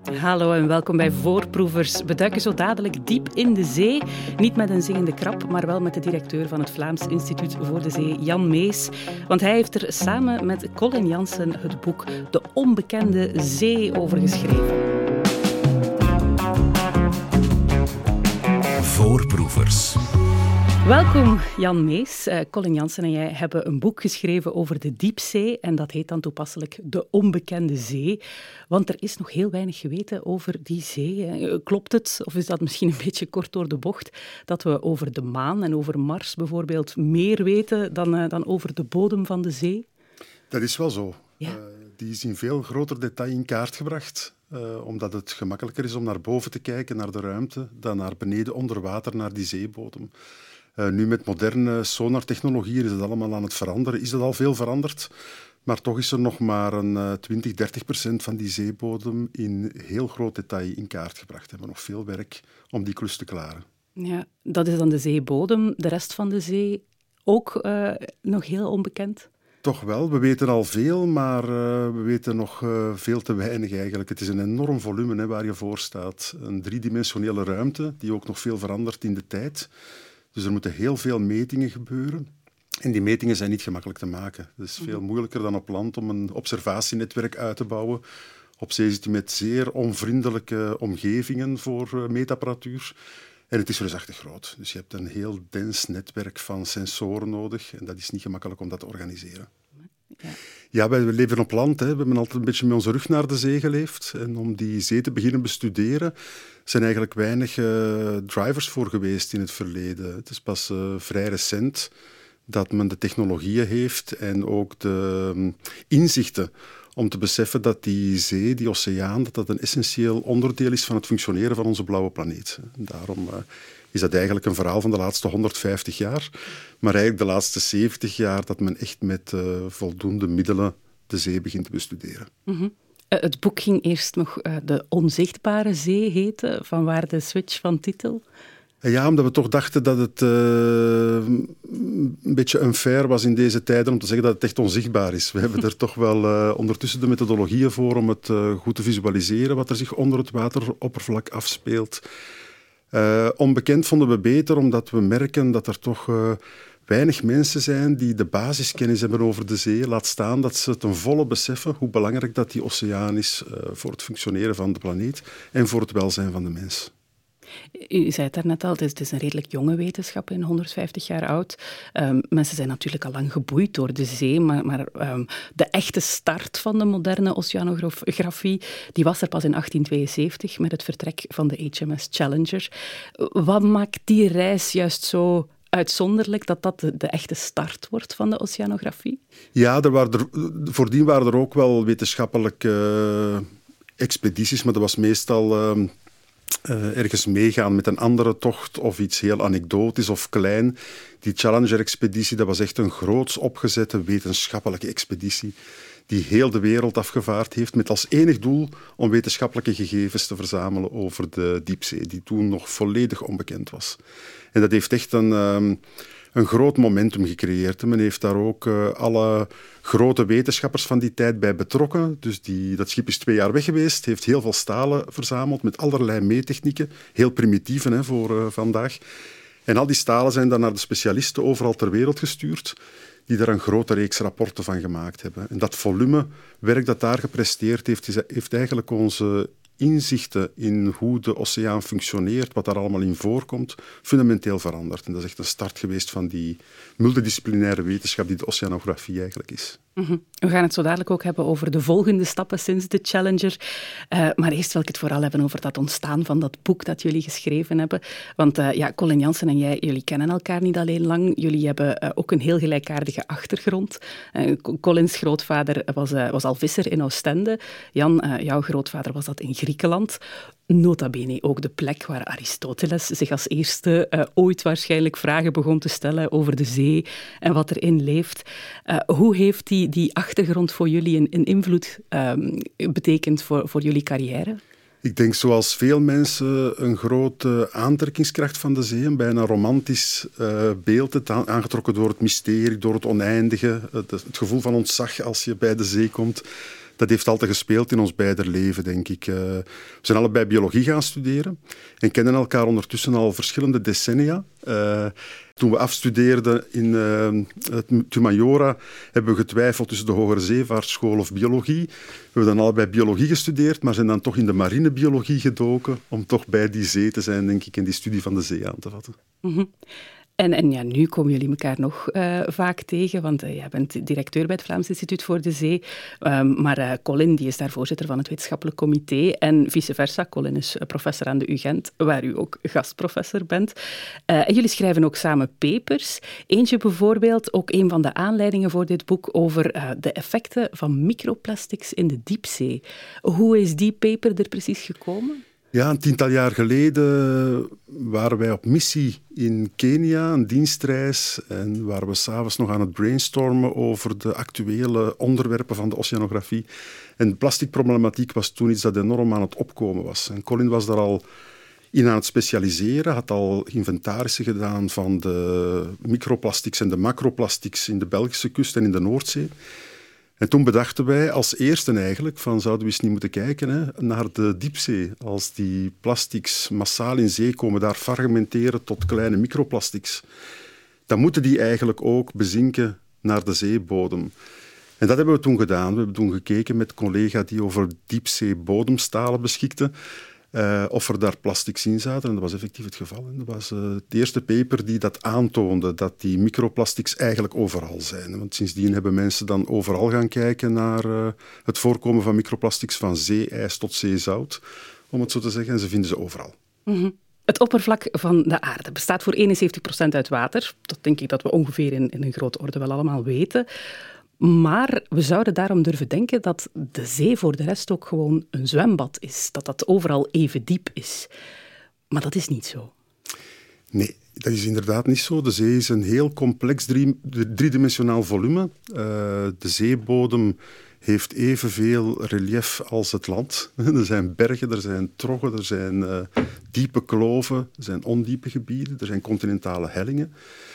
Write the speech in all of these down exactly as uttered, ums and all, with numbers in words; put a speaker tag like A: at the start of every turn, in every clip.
A: Hallo en welkom bij Voorproevers. We duiken zo dadelijk diep in de zee. Niet met een zingende krab, maar wel met de directeur van het Vlaams Instituut voor de Zee, Jan Mees. Want hij heeft er samen met Colin Janssen het boek De Onbekende Zee over geschreven.
B: Voorproevers.
A: Welkom Jan Mees. Uh, Colin Janssen en jij hebben een boek geschreven over de diepzee en dat heet dan toepasselijk De Onbekende Zee. Want er is nog heel weinig geweten over die zee. Klopt het, of is dat misschien een beetje kort door de bocht, dat we over de maan en over Mars bijvoorbeeld meer weten dan, uh, dan over de bodem van de zee?
C: Dat is wel zo.
A: Ja.
C: Uh, die is in veel groter detail in kaart gebracht. Uh, omdat het gemakkelijker is om naar boven te kijken, naar de ruimte, dan naar beneden onder water, naar die zeebodem. Uh, nu met moderne sonartechnologieën is het allemaal aan het veranderen. Is dat al veel veranderd? Maar toch is er nog maar een uh, twintig, dertig procent van die zeebodem in heel groot detail in kaart gebracht. We hebben nog veel werk om die klus te klaren.
A: Ja, dat is dan de zeebodem. De rest van de zee ook uh, nog heel onbekend?
C: Toch wel. We weten al veel, maar uh, we weten nog uh, veel te weinig eigenlijk. Het is een enorm volume hè, waar je voor staat. Een driedimensionele ruimte die ook nog veel verandert in de tijd. Dus er moeten heel veel metingen gebeuren. En die metingen zijn niet gemakkelijk te maken. Het is veel moeilijker dan op land om een observatienetwerk uit te bouwen. Op zee zit je met zeer onvriendelijke omgevingen voor uh, meetapparatuur. En het is reusachtig groot. Dus je hebt een heel dens netwerk van sensoren nodig. En dat is niet gemakkelijk om dat te organiseren. Ja, ja wij leven op land. Hè. We hebben altijd een beetje met onze rug naar de zee geleefd. En om die zee te beginnen bestuderen, zijn eigenlijk weinig uh, drivers voor geweest in het verleden. Het is pas uh, vrij recent dat men de technologieën heeft en ook de um, inzichten om te beseffen dat die zee, die oceaan, dat dat een essentieel onderdeel is van het functioneren van onze blauwe planeet. Daarom uh, is dat eigenlijk een verhaal van de laatste honderdvijftig jaar, maar eigenlijk de laatste zeventig jaar dat men echt met uh, voldoende middelen de zee begint te bestuderen.
A: Mm-hmm. Uh, het boek ging eerst nog uh, De Onzichtbare Zee heten, vanwaar de switch van titel.
C: Ja, omdat we toch dachten dat het uh, een beetje unfair was in deze tijden om te zeggen dat het echt onzichtbaar is. We hebben er toch wel uh, ondertussen de methodologieën voor om het uh, goed te visualiseren wat er zich onder het wateroppervlak afspeelt. Uh, onbekend vonden we beter omdat we merken dat er toch uh, weinig mensen zijn die de basiskennis hebben over de zee. Laat staan dat ze ten volle beseffen hoe belangrijk dat die oceaan is uh, voor het functioneren van de planeet en voor het welzijn van de mens.
A: U zei het daarnet al, het is een redelijk jonge wetenschap, in honderdvijftig jaar oud. Um, mensen zijn natuurlijk al lang geboeid door de zee, maar, maar um, de echte start van de moderne oceanografie, die was er pas in achttien tweeënzeventig met het vertrek van de H M S Challenger. Wat maakt die reis juist zo uitzonderlijk dat dat de, de echte start wordt van de oceanografie?
C: Ja, er waren er, voordien waren er ook wel wetenschappelijke uh, expedities, maar dat was meestal Uh, Uh, ergens meegaan met een andere tocht of iets heel anekdotisch of klein. Die Challenger-expeditie, dat was echt een groots opgezette wetenschappelijke expeditie die heel de wereld afgevaard heeft met als enig doel om wetenschappelijke gegevens te verzamelen over de diepzee, die toen nog volledig onbekend was. En dat heeft echt een, um, een groot momentum gecreëerd. Men heeft daar ook uh, alle grote wetenschappers van die tijd bij betrokken. Dus die, dat schip is twee jaar weg geweest, heeft heel veel stalen verzameld met allerlei meettechnieken, heel primitieve hè, voor uh, vandaag. En al die stalen zijn dan naar de specialisten overal ter wereld gestuurd, die daar een grote reeks rapporten van gemaakt hebben. En dat volume werk dat daar gepresteerd heeft, is, heeft eigenlijk onze inzichten in hoe de oceaan functioneert, wat daar allemaal in voorkomt, fundamenteel veranderd. En dat is echt een start geweest van die multidisciplinaire wetenschap die de oceanografie eigenlijk is.
A: Mm-hmm. We gaan het zo dadelijk ook hebben over de volgende stappen sinds de Challenger. Uh, maar eerst wil ik het vooral hebben over dat ontstaan van dat boek dat jullie geschreven hebben. Want uh, ja, Colin Janssen en jij, jullie kennen elkaar niet alleen lang. Jullie hebben uh, ook een heel gelijkaardige achtergrond. Uh, Colins grootvader was, uh, was al visser in Oostende. Jan, uh, jouw grootvader was dat in Griekenland. Nota bene ook de plek waar Aristoteles zich als eerste uh, ooit waarschijnlijk vragen begon te stellen over de zee en wat erin leeft. Uh, hoe heeft die, die achtergrond voor jullie een, een invloed um, betekend voor, voor jullie carrière?
C: Ik denk zoals veel mensen een grote aantrekkingskracht van de zee, een bijna romantisch uh, beeld, het aangetrokken door het mysterie, door het oneindige, het, het gevoel van ontzag als je bij de zee komt. dat heeft altijd gespeeld in ons beider leven, denk ik. Uh, we zijn allebei biologie gaan studeren en kennen elkaar ondertussen al verschillende decennia. Uh, toen we afstudeerden in uh, het Humaniora hebben we getwijfeld tussen de Hogere Zeevaartschool of biologie. We hebben dan allebei biologie gestudeerd, maar zijn dan toch in de marinebiologie gedoken om toch bij die zee te zijn, denk ik, en die studie van de zee aan te vatten.
A: Mm-hmm. En, en ja, nu komen jullie elkaar nog uh, vaak tegen, want uh, jij bent directeur bij het Vlaams Instituut voor de Zee. Um, maar uh, Colin die is daar voorzitter van het wetenschappelijk comité en vice versa. Colin is professor aan de U Gent, waar u ook gastprofessor bent. Uh, en jullie schrijven ook samen papers. Eentje bijvoorbeeld, ook een van de aanleidingen voor dit boek, over uh, de effecten van microplastics in de diepzee. Hoe is die paper er precies gekomen?
C: Ja, een tiental jaar geleden waren wij op missie in Kenia, een dienstreis, en waren we s'avonds nog aan het brainstormen over de actuele onderwerpen van de oceanografie. En de plasticproblematiek was toen iets dat enorm aan het opkomen was. En Colin was daar al in aan het specialiseren, had al inventarissen gedaan van de microplastics en de macroplastics in de Belgische kust en in de Noordzee. En toen bedachten wij als eerste eigenlijk van zouden we eens niet moeten kijken hè, naar de diepzee. Als die plastics massaal in zee komen, daar fragmenteren tot kleine microplastics, dan moeten die eigenlijk ook bezinken naar de zeebodem. En dat hebben we toen gedaan. We hebben toen gekeken met collega die over diepzeebodemstalen beschikte, Uh, of er daar plastics in zaten. En dat was effectief het geval. En dat was uh, het eerste paper die dat aantoonde, dat die microplastics eigenlijk overal zijn. Want sindsdien hebben mensen dan overal gaan kijken naar uh, het voorkomen van microplastics, van zeeijs tot zeezout, om het zo te zeggen. En ze vinden ze overal.
A: Mm-hmm. Het oppervlak van de aarde bestaat voor eenenzeventig procent uit water. Dat denk ik dat we ongeveer in, in een grote orde wel allemaal weten. Maar we zouden daarom durven denken dat de zee voor de rest ook gewoon een zwembad is. Dat dat overal even diep is. Maar dat is niet zo.
C: Nee, dat is inderdaad niet zo. De zee is een heel complex drie, driedimensionaal volume. Uh, de zeebodem heeft evenveel relief als het land. Er zijn bergen, er zijn troggen, er zijn uh, diepe kloven, er zijn ondiepe gebieden, er zijn continentale hellingen.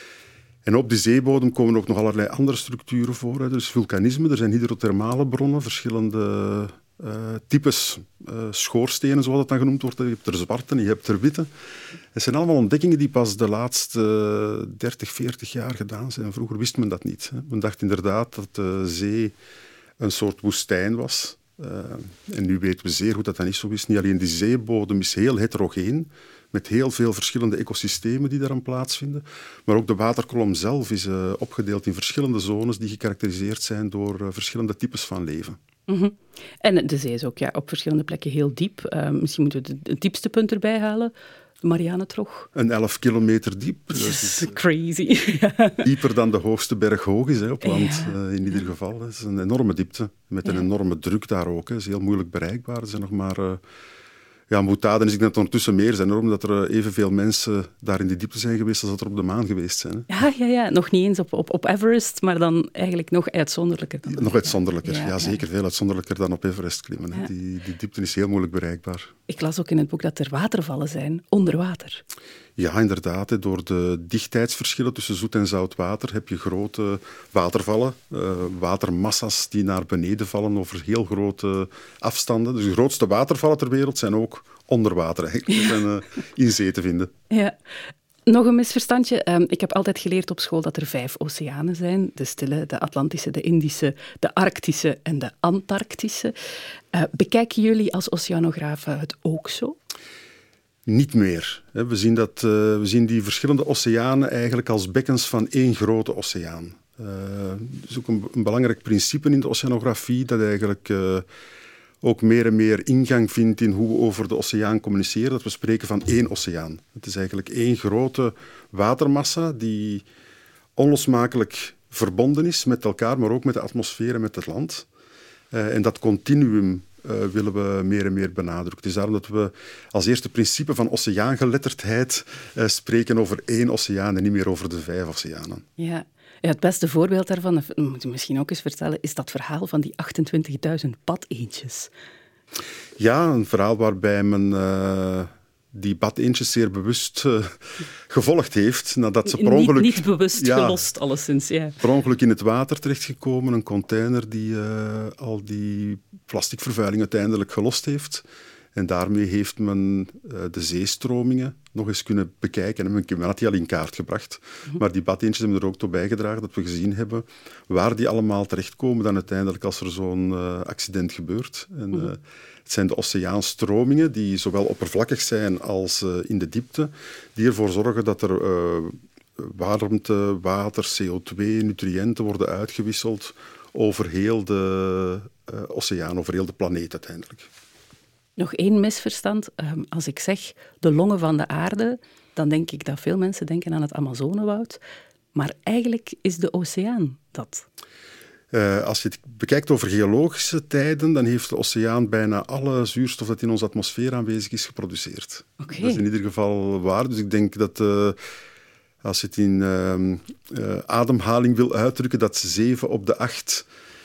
C: En op de zeebodem komen ook nog allerlei andere structuren voor. Er is vulkanisme, er zijn hydrothermale bronnen, verschillende uh, types uh, schoorstenen, zoals dat dan genoemd wordt. Je hebt er zwarte en je hebt er witte. Het zijn allemaal ontdekkingen die pas de laatste uh, dertig, veertig jaar gedaan zijn. Vroeger wist men dat niet. Hè. Men dacht inderdaad dat de zee een soort woestijn was. Uh, en nu weten we zeer goed dat dat niet zo is. Niet alleen die zeebodem is heel heterogeen, met heel veel verschillende ecosystemen die daaraan plaatsvinden. Maar ook de waterkolom zelf is uh, opgedeeld in verschillende zones die gekarakteriseerd zijn door uh, verschillende types van leven.
A: Mm-hmm. En de zee is ook ja, op verschillende plekken heel diep. Uh, misschien moeten we het diepste punt erbij halen. De Marianentrog.
C: Een elf kilometer diep.
A: Dat is crazy.
C: Dieper dan de hoogste berg hoog is hè, op land, ja. uh, in ieder geval. Het is een enorme diepte, met een ja. enorme druk daar ook. Het is heel moeilijk bereikbaar. Er zijn nog maar... Uh, Ja, Moetaden is ik net ondertussen meer zijn, omdat er evenveel mensen daar in die diepte zijn geweest als dat er op de maan geweest zijn. Hè.
A: Ja, ja, ja, nog niet eens op, op, op Everest, maar dan eigenlijk nog uitzonderlijker. Dan
C: nog uitzonderlijker, ja, ja zeker ja. veel uitzonderlijker dan op Everest klimmen. Ja. Die, die diepte is heel moeilijk bereikbaar.
A: Ik las ook in het boek dat er watervallen zijn onder water.
C: Ja, inderdaad. Door de dichtheidsverschillen tussen zoet en zout water heb je grote watervallen, uh, watermassa's die naar beneden vallen over heel grote afstanden. Dus de grootste watervallen ter wereld zijn ook onder water eigenlijk, ja. en uh, in zee te vinden.
A: Ja. Nog een misverstandje. Um, ik heb altijd geleerd op school dat er vijf oceanen zijn. De Stille, de Atlantische, de Indische, de Arctische en de Antarctische. Uh, bekijken jullie als oceanografen het ook zo?
C: Niet meer. We zien, dat, uh, we zien die verschillende oceanen eigenlijk als bekkens van één grote oceaan. Uh, dat is ook een, een belangrijk principe in de oceanografie, dat eigenlijk uh, ook meer en meer ingang vindt in hoe we over de oceaan communiceren, dat we spreken van één oceaan. Het is eigenlijk één grote watermassa die onlosmakelijk verbonden is met elkaar, maar ook met de atmosfeer en met het land. Uh, en dat continuum Uh, willen we meer en meer benadrukken. Het is daarom dat we als eerste principe van oceaangeletterdheid uh, spreken over één oceaan en niet meer over de vijf oceanen.
A: Ja. Ja, het beste voorbeeld daarvan, dat moet je misschien ook eens vertellen, is dat verhaal van die achtentwintigduizend padeendjes.
C: Ja, een verhaal waarbij men uh, die badeentjes zeer bewust uh, gevolgd heeft, nadat ze per ongeluk...
A: Niet, niet bewust ja, gelost, alleszins, ja.
C: Per ongeluk in het water terechtgekomen, een container die uh, al die plasticvervuiling uiteindelijk gelost heeft. En daarmee heeft men uh, de zeestromingen nog eens kunnen bekijken. En men had die al in kaart gebracht. Mm-hmm. Maar die badeentjes hebben er ook toe bijgedragen dat we gezien hebben waar die allemaal terechtkomen dan uiteindelijk als er zo'n uh, accident gebeurt. En, uh, mm-hmm. Het zijn de oceaanstromingen die zowel oppervlakkig zijn als uh, in de diepte, die ervoor zorgen dat er uh, warmte, water, C O twee, nutriënten worden uitgewisseld over heel de uh, oceaan, over heel de planeet uiteindelijk.
A: Nog één misverstand. Um, als ik zeg de longen van de aarde, dan denk ik dat veel mensen denken aan het Amazonewoud. Maar eigenlijk is de oceaan dat.
C: Uh, als je het bekijkt over geologische tijden, dan heeft de oceaan bijna alle zuurstof dat in onze atmosfeer aanwezig is geproduceerd. Okay. Dat is in ieder geval waar. Dus ik denk dat uh, als je het in uh, uh, ademhaling wil uitdrukken, dat zeven op de acht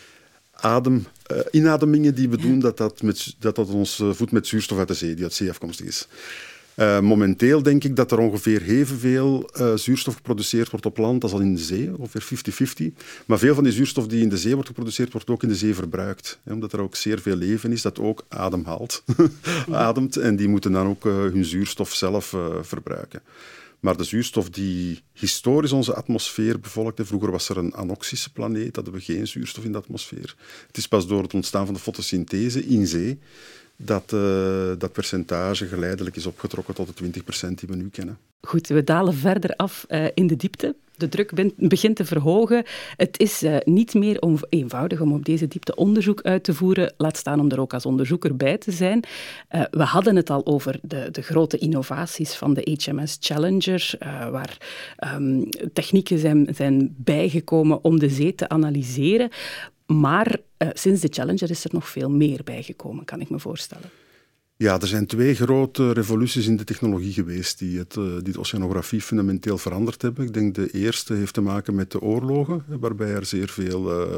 C: adem, uh, inademingen die we doen, dat dat, met, dat dat ons uh, voedt met zuurstof uit de zee, die uit zee afkomstig is. Uh, momenteel denk ik dat er ongeveer evenveel uh, zuurstof geproduceerd wordt op land als al in de zee, ongeveer vijftig vijftig. Maar veel van die zuurstof die in de zee wordt geproduceerd, wordt ook in de zee verbruikt. Hè, omdat er ook zeer veel leven is dat ook ademhaalt, ademt. En die moeten dan ook uh, hun zuurstof zelf uh, verbruiken. Maar de zuurstof die historisch onze atmosfeer bevolkte, vroeger was er een anoxische planeet, hadden we geen zuurstof in de atmosfeer. Het is pas door het ontstaan van de fotosynthese in zee dat uh, dat percentage geleidelijk is opgetrokken tot de twintig procent die we nu kennen.
A: Goed, we dalen verder af uh, in de diepte. De druk ben, begint te verhogen. Het is uh, niet meer om, eenvoudig om op deze diepte onderzoek uit te voeren, laat staan om er ook als onderzoeker bij te zijn. Uh, we hadden het al over de, de grote innovaties van de H M S Challenger, uh, waar um, technieken zijn, zijn bijgekomen om de zee te analyseren. Maar uh, sinds de Challenger is er nog veel meer bijgekomen, kan ik me voorstellen.
C: Ja, er zijn twee grote revoluties in de technologie geweest die, het, uh, die de oceanografie fundamenteel veranderd hebben. Ik denk de eerste heeft te maken met de oorlogen, waarbij er zeer veel uh,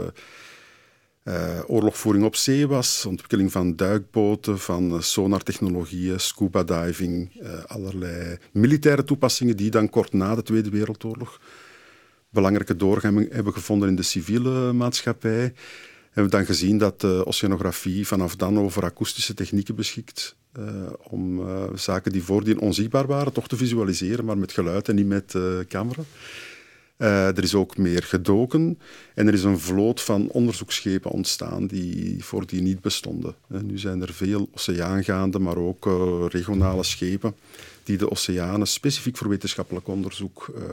C: uh, oorlogvoering op zee was. Ontwikkeling van duikboten, van uh, sonartechnologieën, scuba diving, uh, allerlei militaire toepassingen die dan kort na de Tweede Wereldoorlog belangrijke doorgang hebben gevonden in de civiele maatschappij. We hebben dan gezien dat de oceanografie vanaf dan over akoestische technieken beschikt uh, om uh, zaken die voordien onzichtbaar waren toch te visualiseren, maar met geluid en niet met uh, camera. Uh, er is ook meer gedoken en er is een vloot van onderzoeksschepen ontstaan die voordien niet bestonden. Uh, nu zijn er veel oceaangaande, maar ook uh, regionale schepen die de oceanen specifiek voor wetenschappelijk onderzoek uh,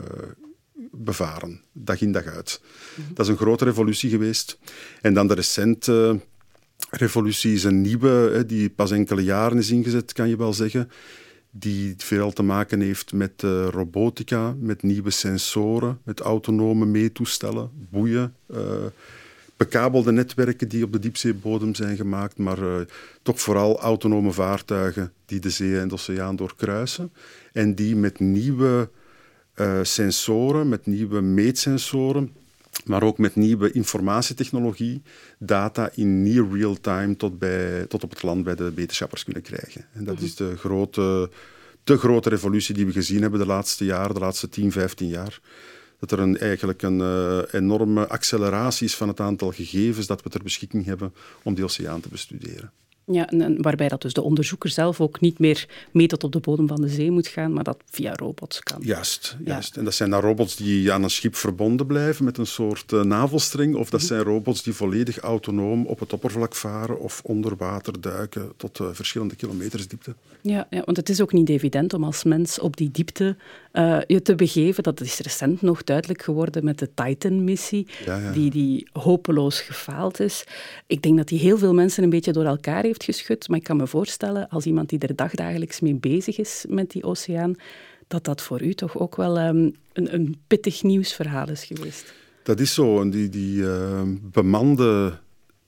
C: bevaren, dag in dag uit. Mm-hmm. Dat is een grote revolutie geweest. En dan de recente revolutie is een nieuwe, die pas enkele jaren is ingezet, kan je wel zeggen, die veel te maken heeft met uh, robotica, met nieuwe sensoren, met autonome meetoestellen, boeien, uh, bekabelde netwerken die op de diepzeebodem zijn gemaakt, maar uh, toch vooral autonome vaartuigen die de zee en de oceaan doorkruisen en die met nieuwe Uh, sensoren, met nieuwe meetsensoren, maar ook met nieuwe informatietechnologie, data in near real time tot, bij, tot op het land bij de wetenschappers kunnen krijgen. En dat mm-hmm. is de grote, de grote revolutie die we gezien hebben de laatste jaren, de laatste tien, vijftien jaar. Dat er een, eigenlijk een uh, enorme acceleratie is van het aantal gegevens dat we ter beschikking hebben om die oceaan te bestuderen.
A: Ja, en waarbij dat dus de onderzoeker zelf ook niet meer mee tot op de bodem van de zee moet gaan, maar dat via robots kan.
C: Juist, juist. Ja. En dat zijn dan robots die aan een schip verbonden blijven met een soort uh, navelstreng, of dat zijn robots die volledig autonoom op het oppervlak varen of onder water duiken tot uh, verschillende kilometers diepte.
A: Ja, ja, want het is ook niet evident om als mens op die diepte uh, je te begeven. Dat is recent nog duidelijk geworden met de Titan-missie, ja, ja. die, die hopeloos gefaald is. Ik denk dat die heel veel mensen een beetje door elkaar heeft geschud, maar ik kan me voorstellen, als iemand die er dagdagelijks mee bezig is met die oceaan, dat dat voor u toch ook wel um, een, een pittig nieuwsverhaal is geweest.
C: Dat is zo. En die, die uh, bemande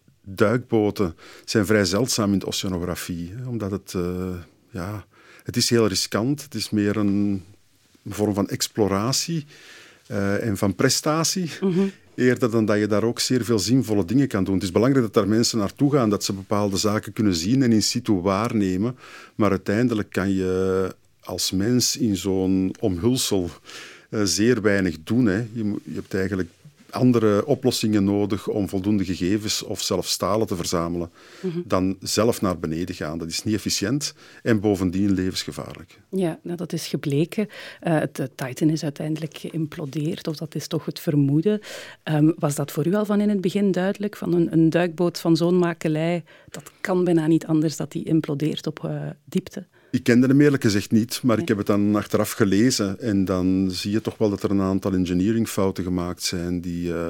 C: duikboten zijn vrij zeldzaam in de oceanografie, hè, omdat het, uh, ja, het is heel riskant. Het is meer een vorm van exploratie uh, en van prestatie. Mm-hmm. eerder dan dat je daar ook zeer veel zinvolle dingen kan doen. Het is belangrijk dat daar mensen naartoe gaan, dat ze bepaalde zaken kunnen zien en in situ waarnemen. Maar uiteindelijk kan je als mens in zo'n omhulsel uh, zeer weinig doen. Hè. Je, je hebt eigenlijk andere oplossingen nodig om voldoende gegevens of zelfs stalen te verzamelen mm-hmm. dan zelf naar beneden gaan. Dat is niet efficiënt en bovendien levensgevaarlijk.
A: Ja, nou, dat is gebleken. Uh, de Titan is uiteindelijk geïmplodeerd, of dat is toch het vermoeden. Um, was dat voor u al van in het begin duidelijk? Van een, een duikboot van zo'n makelij, dat kan bijna niet anders dat die implodeert op uh, diepte?
C: Ik kende hem eerlijk gezegd niet, maar ik heb het dan achteraf gelezen en dan zie je toch wel dat er een aantal engineeringfouten gemaakt zijn. Die, uh,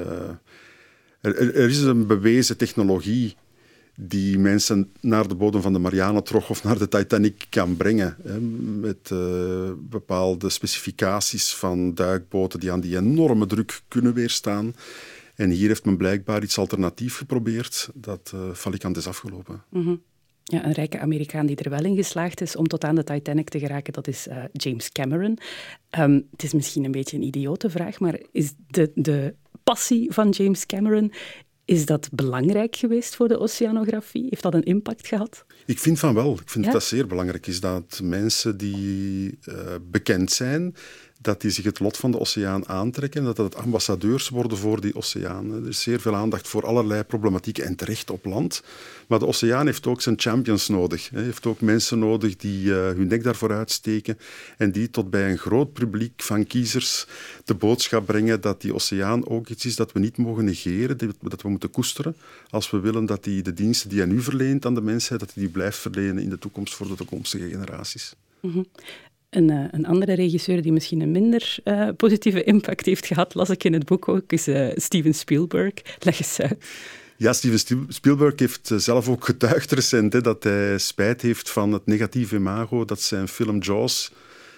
C: er, er is een bewezen technologie die mensen naar de bodem van de Marianentrog of naar de Titanic kan brengen. Hè, met uh, bepaalde specificaties van duikboten die aan die enorme druk kunnen weerstaan. En hier heeft men blijkbaar iets alternatief geprobeerd dat uh, falikant is afgelopen.
A: Mm-hmm. Ja, een rijke Amerikaan die er wel in geslaagd is om tot aan de Titanic te geraken, dat is uh, James Cameron. Um, het is misschien een beetje een idiote vraag, maar is de, de passie van James Cameron, is dat belangrijk geweest voor de oceanografie? Heeft dat een impact gehad?
C: Ik vind van wel. Ik vind ja? dat dat zeer belangrijk is, dat mensen die uh, bekend zijn, dat die zich het lot van de oceaan aantrekken, dat dat ambassadeurs worden voor die oceaan. Er is zeer veel aandacht voor allerlei problematieken en terecht op land. Maar de oceaan heeft ook zijn champions nodig. Hij heeft ook mensen nodig die uh, hun nek daarvoor uitsteken en die tot bij een groot publiek van kiezers de boodschap brengen dat die oceaan ook iets is dat we niet mogen negeren, dat we moeten koesteren als we willen dat die de diensten die hij nu verleent aan de mensheid, dat hij die blijft verlenen in de toekomst voor de toekomstige generaties.
A: Mm-hmm. Een, uh, een andere regisseur die misschien een minder uh, positieve impact heeft gehad, las ik in het boek ook, is uh, Steven Spielberg. Leg eens uit.
C: Ja, Steven Spielberg heeft zelf ook getuigd recent hè, dat hij spijt heeft van het negatieve imago dat zijn film Jaws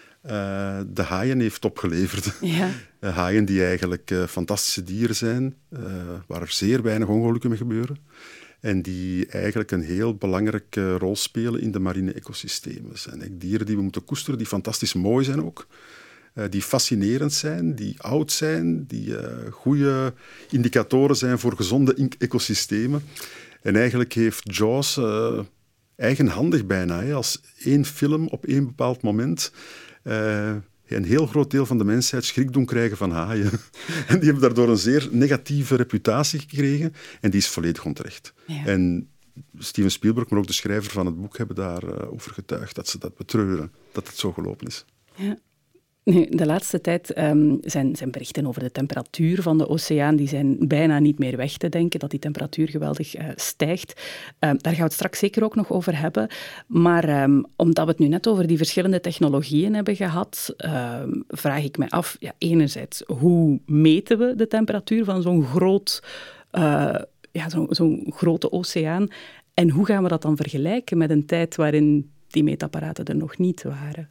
C: uh, de haaien heeft opgeleverd. Ja. Uh, haaien die eigenlijk uh, fantastische dieren zijn, uh, waar er zeer weinig ongelukken mee gebeuren. En die eigenlijk een heel belangrijke rol spelen in de marine ecosystemen. Het zijn dieren die we moeten koesteren, die fantastisch mooi zijn ook. Uh, die fascinerend zijn, die oud zijn, die uh, goede indicatoren zijn voor gezonde ecosystemen. En eigenlijk heeft Jaws uh, eigenhandig bijna, hè, als één film op één bepaald moment Uh, een heel groot deel van de mensheid schrik doen krijgen van haaien. En die hebben daardoor een zeer negatieve reputatie gekregen. En die is volledig onterecht. Ja. En Steven Spielberg, maar ook de schrijver van het boek, hebben daarover uh, getuigd dat ze dat betreuren, dat het zo gelopen is.
A: Ja. Nu, de laatste tijd um, zijn, zijn berichten over de temperatuur van de oceaan, die zijn bijna niet meer weg te denken, dat die temperatuur geweldig uh, stijgt. Um, daar gaan we het straks zeker ook nog over hebben. Maar um, omdat we het nu net over die verschillende technologieën hebben gehad, um, vraag ik me af, ja, enerzijds, hoe meten we de temperatuur van zo'n groot, uh, ja, zo, zo'n grote oceaan? En hoe gaan we dat dan vergelijken met een tijd waarin die meetapparaten er nog niet waren?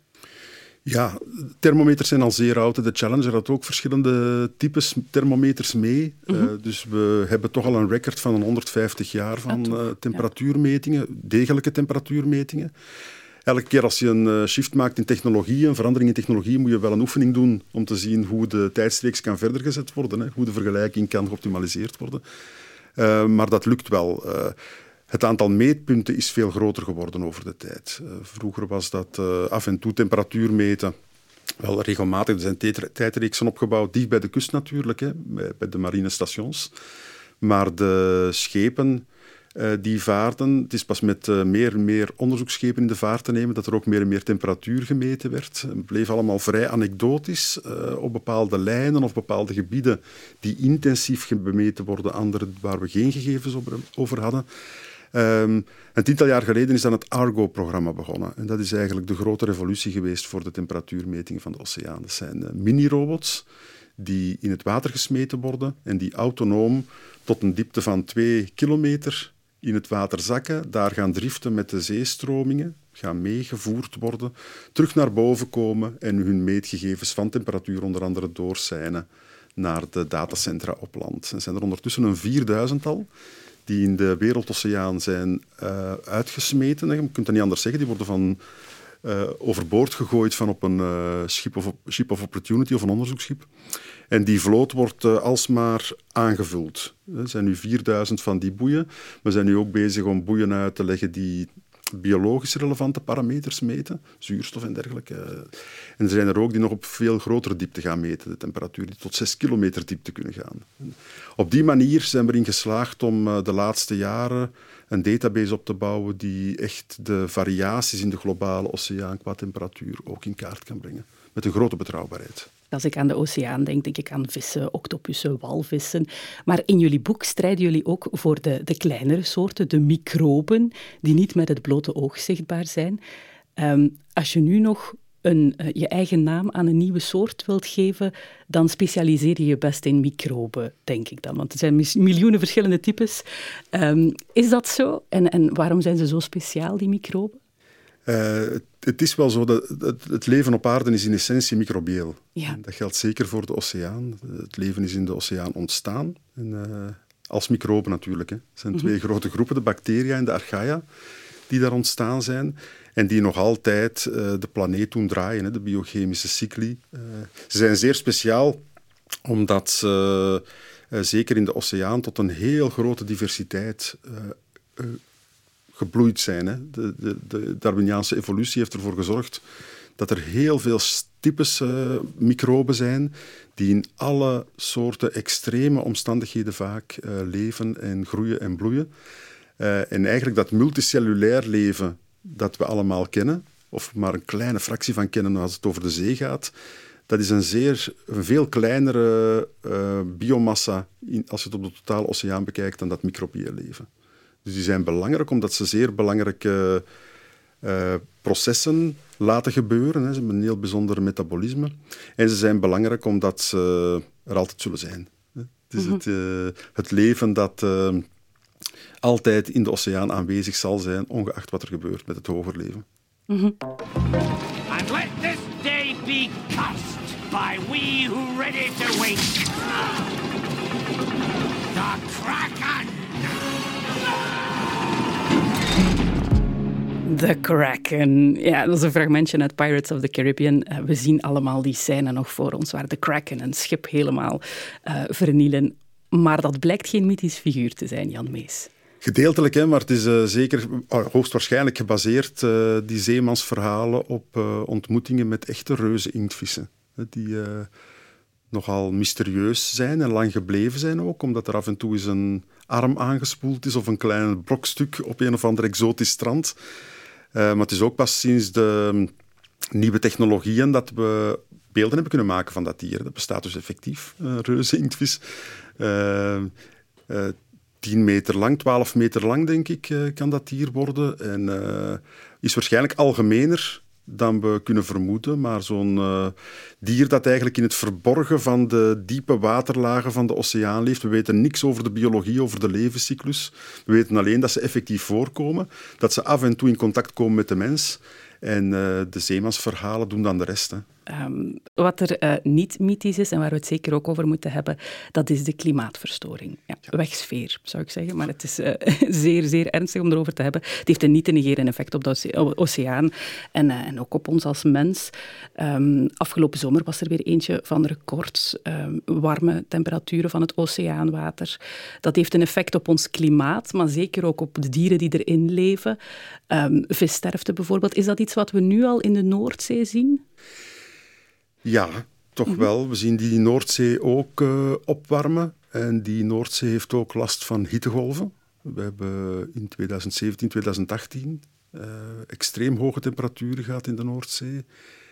C: Ja, thermometers zijn al zeer oud. De Challenger had ook verschillende types thermometers mee. Mm-hmm. Uh, dus we hebben toch al een record van honderdvijftig jaar van uh, temperatuurmetingen, ja. degelijke temperatuurmetingen. Elke keer als je een uh, shift maakt in technologie, een verandering in technologie, moet je wel een oefening doen om te zien hoe de tijdstreeks kan verder gezet worden, hè, hoe de vergelijking kan geoptimaliseerd worden. Uh, maar dat lukt wel. Uh, Het aantal meetpunten is veel groter geworden over de tijd. Uh, vroeger was dat uh, af en toe temperatuur meten. Wel regelmatig, er zijn tijd- tijdreeksen opgebouwd, dicht bij de kust natuurlijk, hè, bij, bij de marinestations. Maar de schepen uh, die vaarden, het is pas met uh, meer en meer onderzoeksschepen in de vaart te nemen dat er ook meer en meer temperatuur gemeten werd. Het bleef allemaal vrij anekdotisch uh, op bepaalde lijnen of bepaalde gebieden die intensief bemeten worden, andere waar we geen gegevens over, over hadden. Um, een tiental jaar geleden is dan het Argo-programma begonnen. En dat is eigenlijk de grote revolutie geweest voor de temperatuurmetingen van de oceaan. Dat zijn uh, mini-robots die in het water gesmeten worden en die autonoom tot een diepte van twee kilometer in het water zakken, daar gaan driften met de zeestromingen, gaan meegevoerd worden, terug naar boven komen en hun meetgegevens van temperatuur onder andere doorseinen naar de datacentra op land. Er zijn er ondertussen een vierduizendtal die in de wereldoceaan zijn uh, uitgesmeten. Je kunt dat niet anders zeggen. Die worden van uh, overboord gegooid van op een uh, ship, of, ship of opportunity of een onderzoeksschip. En die vloot wordt uh, alsmaar aangevuld. Er zijn nu vierduizend van die boeien. We zijn nu ook bezig om boeien uit te leggen die biologisch relevante parameters meten, zuurstof en dergelijke. En er zijn er ook die nog op veel grotere diepte gaan meten, de temperatuur die tot zes kilometer diepte kunnen gaan. Op die manier zijn we erin geslaagd om de laatste jaren een database op te bouwen die echt de variaties in de globale oceaan qua temperatuur ook in kaart kan brengen. Met een grote betrouwbaarheid.
A: Als ik aan de oceaan denk, denk ik aan vissen, octopussen, walvissen. Maar in jullie boek strijden jullie ook voor de, de kleinere soorten, de microben, die niet met het blote oog zichtbaar zijn. Um, als je nu nog een, uh, je eigen naam aan een nieuwe soort wilt geven, dan specialiseer je je best in microben, denk ik dan. Want er zijn mis- miljoenen verschillende types. Um, is dat zo? En, en waarom zijn ze zo speciaal, die microben?
C: Uh, het, het is wel zo dat het, het leven op aarde is in essentie microbieel.
A: Ja.
C: Dat geldt zeker voor de oceaan. Het leven is in de oceaan ontstaan. En, uh, als microben natuurlijk. Hè. Er zijn twee mm-hmm. grote groepen, de bacteria en de archaea, die daar ontstaan zijn. En die nog altijd uh, de planeet doen draaien, hè, de biochemische cycli. Uh, ze zijn zeer speciaal omdat ze uh, zeker in de oceaan tot een heel grote diversiteit uh, uh, gebloeid zijn. Hè. De, de, de Darwiniaanse evolutie heeft ervoor gezorgd dat er heel veel types uh, microben zijn die in alle soorten extreme omstandigheden vaak uh, leven en groeien en bloeien. Uh, en eigenlijk dat multicellulair leven dat we allemaal kennen, of maar een kleine fractie van kennen als het over de zee gaat, dat is een, zeer, een veel kleinere uh, biomassa in, als je het op de totale oceaan bekijkt dan dat microbieel leven. Dus die zijn belangrijk omdat ze zeer belangrijke uh, processen laten gebeuren. Hè. Ze hebben een heel bijzonder metabolisme. En ze zijn belangrijk omdat ze er altijd zullen zijn. Het is mm-hmm. het, uh, het leven dat uh, altijd in de oceaan aanwezig zal zijn, ongeacht wat er gebeurt met het hoger leven.
A: Mm-hmm.
B: And let this day be cursed by we who ready to wait. The Kraken!
A: The Kraken. Ja, dat is een fragmentje uit Pirates of the Caribbean. Uh, we zien allemaal die scène nog voor ons, waar de Kraken een schip helemaal uh, vernielen. Maar dat blijkt geen mythisch figuur te zijn, Jan Mees.
C: Gedeeltelijk, hè, maar het is uh, zeker uh, hoogstwaarschijnlijk gebaseerd, uh, die zeemansverhalen, op uh, ontmoetingen met echte reuzen-inktvissen. Uh, die uh, nogal mysterieus zijn en lang gebleven zijn ook, omdat er af en toe eens een arm aangespoeld is of een klein brokstuk op een of ander exotisch strand. Uh, maar het is ook pas sinds de nieuwe technologieën dat we beelden hebben kunnen maken van dat dier. Dat bestaat dus effectief, uh, reuzen-inktvis. Uh, uh, tien meter lang, twaalf meter lang, denk ik, uh, kan dat dier worden. En uh, is waarschijnlijk algemener dan we kunnen vermoeden. Maar zo'n uh, dier dat eigenlijk in het verborgen van de diepe waterlagen van de oceaan leeft. We weten niks over de biologie, over de levenscyclus. We weten alleen dat ze effectief voorkomen. Dat ze af en toe in contact komen met de mens. En uh, de zeemansverhalen doen dan de rest. Hè.
A: Um, wat er uh, niet mythisch is en waar we het zeker ook over moeten hebben, dat is de klimaatverstoring. Ja, ja. Wegsfeer, zou ik zeggen. Maar het is uh, zeer, zeer ernstig om erover te hebben. Het heeft een niet te negeren effect op de oce- oceaan en, uh, en ook op ons als mens. Um, afgelopen zomer was er weer eentje van records. Um, warme temperaturen van het oceaanwater. Dat heeft een effect op ons klimaat, maar zeker ook op de dieren die erin leven. Um, vissterfte bijvoorbeeld. Is dat iets wat we nu al in de Noordzee zien?
C: Ja, toch mm-hmm. wel. We zien die Noordzee ook uh, opwarmen. En die Noordzee heeft ook last van hittegolven. We hebben in twintig zeventien, twintig achttien uh, extreem hoge temperaturen gehad in de Noordzee.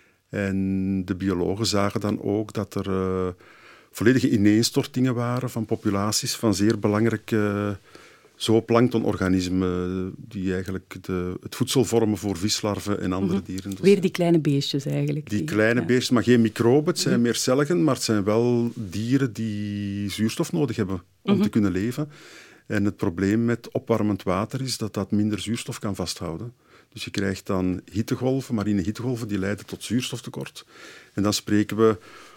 C: En de biologen zagen dan ook dat er uh, volledige ineenstortingen waren van populaties van zeer belangrijke uh, zooplanktonorganismen die eigenlijk de, het voedsel vormen voor vislarven en andere mm-hmm. dieren. Dus
A: weer die kleine beestjes eigenlijk.
C: Die,
A: die
C: kleine
A: ja.
C: beestjes, maar geen microben. Het zijn mm-hmm. meer celligen, maar het zijn wel dieren die zuurstof nodig hebben om mm-hmm. te kunnen leven. En het probleem met opwarmend water is dat dat minder zuurstof kan vasthouden. Dus je krijgt dan hittegolven, marine hittegolven, die leiden tot zuurstoftekort. En dan spreken we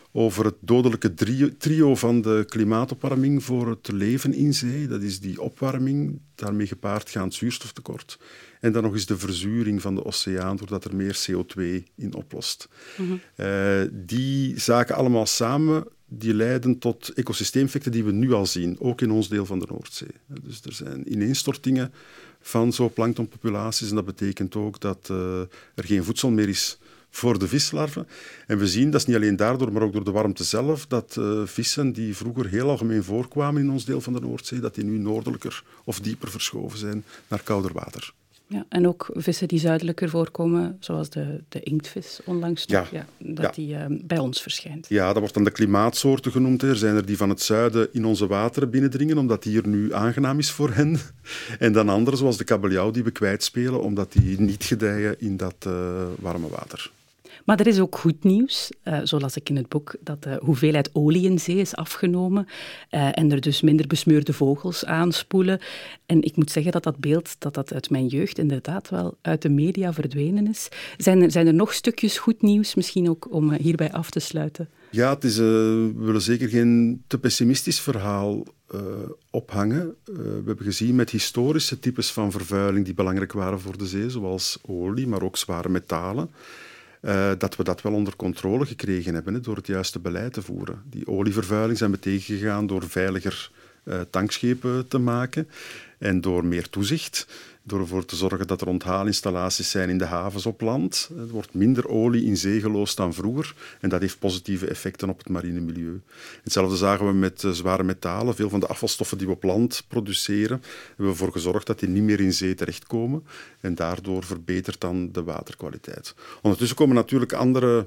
C: over het dodelijke trio, trio van de klimaatopwarming voor het leven in zee. Dat is die opwarming, daarmee gepaard gaand zuurstoftekort. En dan nog eens de verzuring van de oceaan, doordat er meer C O twee in oplost. Mm-hmm. Uh, die zaken allemaal samen, die leiden tot ecosysteemeffecten die we nu al zien, ook in ons deel van de Noordzee. Dus er zijn ineenstortingen van zo'n planktonpopulaties en dat betekent ook dat uh, er geen voedsel meer is voor de vislarven. En we zien, dat is niet alleen daardoor, maar ook door de warmte zelf, dat uh, vissen die vroeger heel algemeen voorkwamen in ons deel van de Noordzee, dat die nu noordelijker of dieper verschoven zijn naar kouder water.
A: Ja, en ook vissen die zuidelijker voorkomen, zoals de, de inktvis onlangs,
C: ja.
A: ja, dat
C: ja.
A: die uh, bij ons verschijnt.
C: Ja, dat wordt dan de klimaatsoorten genoemd. Er zijn er die van het zuiden in onze wateren binnendringen, omdat die hier nu aangenaam is voor hen. En dan anderen, zoals de kabeljauw, die we kwijtspelen, omdat die niet gedijen in dat uh, warme water.
A: Maar er is ook goed nieuws, uh, zo las ik in het boek, dat de hoeveelheid olie in zee is afgenomen uh, en er dus minder besmeurde vogels aanspoelen. En ik moet zeggen dat dat beeld dat dat uit mijn jeugd inderdaad wel uit de media verdwenen is. Zijn er, zijn er nog stukjes goed nieuws, misschien ook om uh, hierbij af te sluiten?
C: Ja, het is, uh, we willen zeker geen te pessimistisch verhaal uh, ophangen. Uh, we hebben gezien met historische types van vervuiling die belangrijk waren voor de zee, zoals olie, maar ook zware metalen. Uh, dat we dat wel onder controle gekregen hebben, hè, door het juiste beleid te voeren. Die olievervuiling zijn we tegengegaan door veiliger uh, tankschepen te maken en door meer toezicht, door ervoor te zorgen dat er onthaalinstallaties zijn in de havens op land. Er wordt minder olie in zee geloosd dan vroeger en dat heeft positieve effecten op het mariene milieu. Hetzelfde zagen we met uh, zware metalen. Veel van de afvalstoffen die we op land produceren, hebben we ervoor gezorgd dat die niet meer in zee terechtkomen en daardoor verbetert dan de waterkwaliteit. Ondertussen komen natuurlijk andere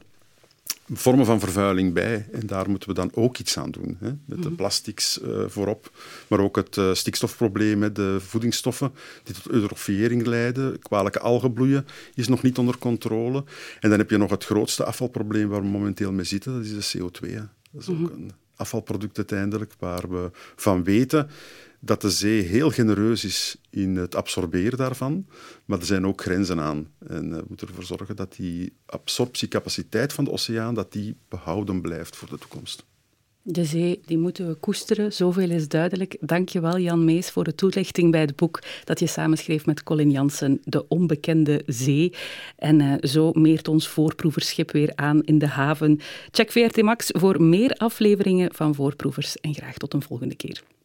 C: vormen van vervuiling bij en daar moeten we dan ook iets aan doen. Hè? Met de plastics uh, voorop, maar ook het uh, stikstofprobleem, hè? De voedingsstoffen die tot eutrofiëring leiden, kwalijke algenbloeien is nog niet onder controle. En dan heb je nog het grootste afvalprobleem waar we momenteel mee zitten, dat is de C O twee. Hè? Dat is ook een afvalproduct uiteindelijk waar we van weten dat de zee heel genereus is in het absorberen daarvan, maar er zijn ook grenzen aan. En uh, we moeten ervoor zorgen dat die absorptiecapaciteit van de oceaan dat die behouden blijft voor de toekomst.
A: De zee, die moeten we koesteren, zoveel is duidelijk. Dank je wel, Jan Mees, voor de toelichting bij het boek dat je samenschreef met Colin Janssen, De Onbekende Zee. En uh, zo meert ons voorproeverschip weer aan in de haven. Check V R T Max voor meer afleveringen van Voorproevers en graag tot een volgende keer.